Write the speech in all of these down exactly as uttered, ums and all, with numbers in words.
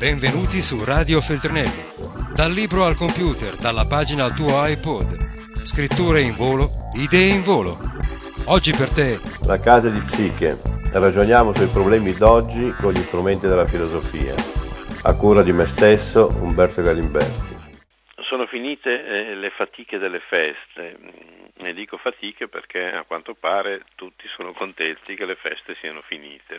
Benvenuti su Radio Feltrinelli. Dal libro al computer, dalla pagina al tuo iPod. Scritture in volo, idee in volo. Oggi per te La casa di Psiche. Ragioniamo sui problemi d'oggi con gli strumenti della filosofia. A cura di me stesso, Umberto Galimberti. Sono finite eh, le fatiche delle feste. Ne dico fatiche perché a quanto pare tutti sono contenti che le feste siano finite.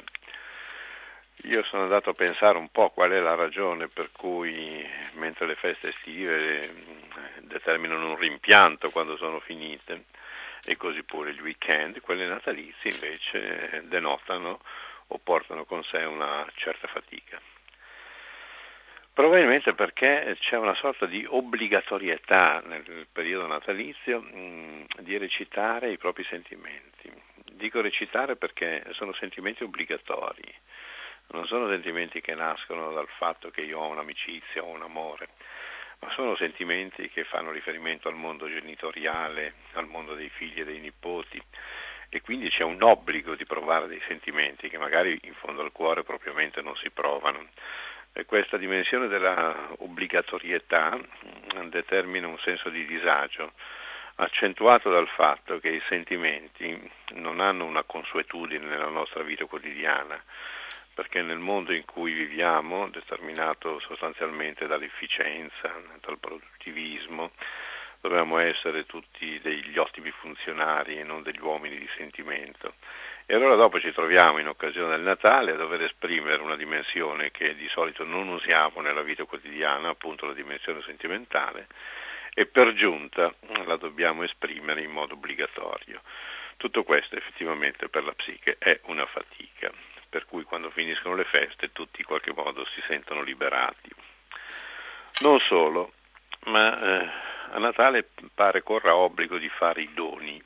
Io sono andato a pensare un po' qual è la ragione per cui, mentre le feste estive determinano un rimpianto quando sono finite, e così pure gli weekend, quelle natalizie invece denotano o portano con sé una certa fatica. Probabilmente perché c'è una sorta di obbligatorietà nel periodo natalizio mh, di recitare i propri sentimenti. Dico recitare perché sono sentimenti obbligatori. Non sono sentimenti che nascono dal fatto che io ho un'amicizia o un amore, ma sono sentimenti che fanno riferimento al mondo genitoriale, al mondo dei figli e dei nipoti, e quindi c'è un obbligo di provare dei sentimenti che magari in fondo al cuore propriamente non si provano. E questa dimensione della obbligatorietà determina un senso di disagio, accentuato dal fatto che i sentimenti non hanno una consuetudine nella nostra vita quotidiana, perché nel mondo in cui viviamo, determinato sostanzialmente dall'efficienza, dal produttivismo, dobbiamo essere tutti degli ottimi funzionari e non degli uomini di sentimento. E allora dopo ci troviamo in occasione del Natale a dover esprimere una dimensione che di solito non usiamo nella vita quotidiana, appunto la dimensione sentimentale, e per giunta la dobbiamo esprimere in modo obbligatorio. Tutto questo effettivamente per la psiche è una fatica, per cui quando finiscono le feste tutti in qualche modo si sentono liberati. Non solo, ma eh, a Natale pare corra obbligo di fare i doni.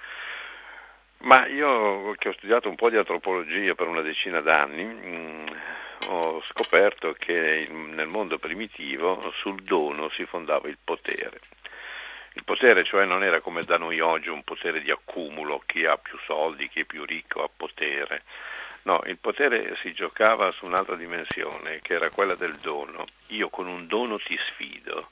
Ma io che ho studiato un po' di antropologia per una decina d'anni, mh, ho scoperto che nel mondo primitivo sul dono si fondava il potere. Il potere cioè non era come da noi oggi un potere di accumulo, chi ha più soldi, chi è più ricco ha potere. No, il potere si giocava su un'altra dimensione, che era quella del dono. Io con un dono ti sfido.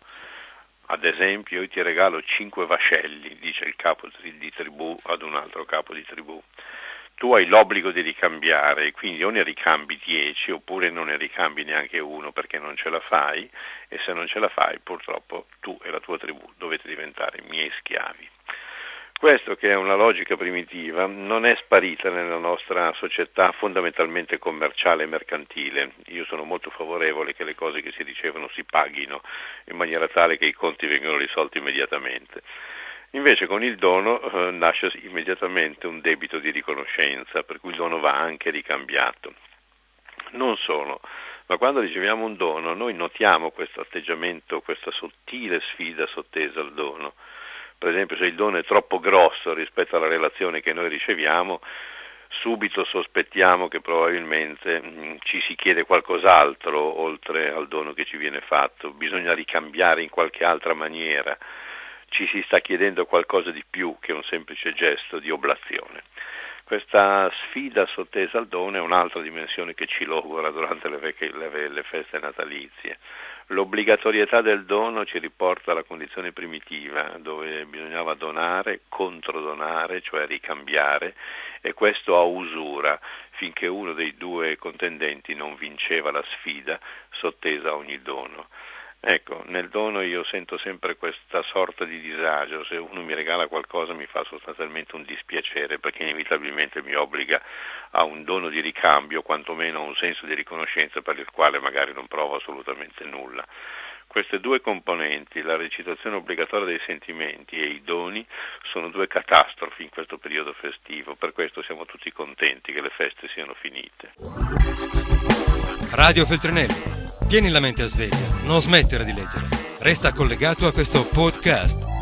Ad esempio, io ti regalo cinque vascelli, dice il capo di tribù ad un altro capo di tribù. Tu hai l'obbligo di ricambiare, quindi o ne ricambi dieci oppure non ne ricambi neanche uno perché non ce la fai, e se non ce la fai purtroppo tu e la tua tribù dovete diventare miei schiavi. Questo, che è una logica primitiva, non è sparita nella nostra società fondamentalmente commerciale e mercantile. Io sono molto favorevole che le cose che si ricevono si paghino in maniera tale che i conti vengano risolti immediatamente. Invece con il dono eh, nasce immediatamente un debito di riconoscenza, per cui il dono va anche ricambiato. Non solo, ma quando riceviamo un dono noi notiamo questo atteggiamento, questa sottile sfida sottesa al dono. Per esempio, se il dono è troppo grosso rispetto alla relazione che noi riceviamo, subito sospettiamo che probabilmente mh, ci si chiede qualcos'altro oltre al dono che ci viene fatto, bisogna ricambiare in qualche altra maniera, ci si sta chiedendo qualcosa di più che un semplice gesto di oblazione. Questa sfida sottesa al dono è un'altra dimensione che ci logora durante le, ve- le, le feste natalizie. L'obbligatorietà del dono ci riporta alla condizione primitiva, dove bisognava donare, controdonare, cioè ricambiare, e questo a usura, finché uno dei due contendenti non vinceva la sfida sottesa a ogni dono. Ecco, nel dono io sento sempre questa sorta di disagio. Se uno mi regala qualcosa mi fa sostanzialmente un dispiacere, perché inevitabilmente mi obbliga a un dono di ricambio, quantomeno a un senso di riconoscenza per il quale magari non provo assolutamente nulla. Queste due componenti, la recitazione obbligatoria dei sentimenti e i doni, sono due catastrofi in questo periodo festivo. Per questo siamo tutti contenti che le feste siano finite. Radio Feltrinelli. Tieni la mente a sveglia, non smettere di leggere. Resta collegato a questo podcast.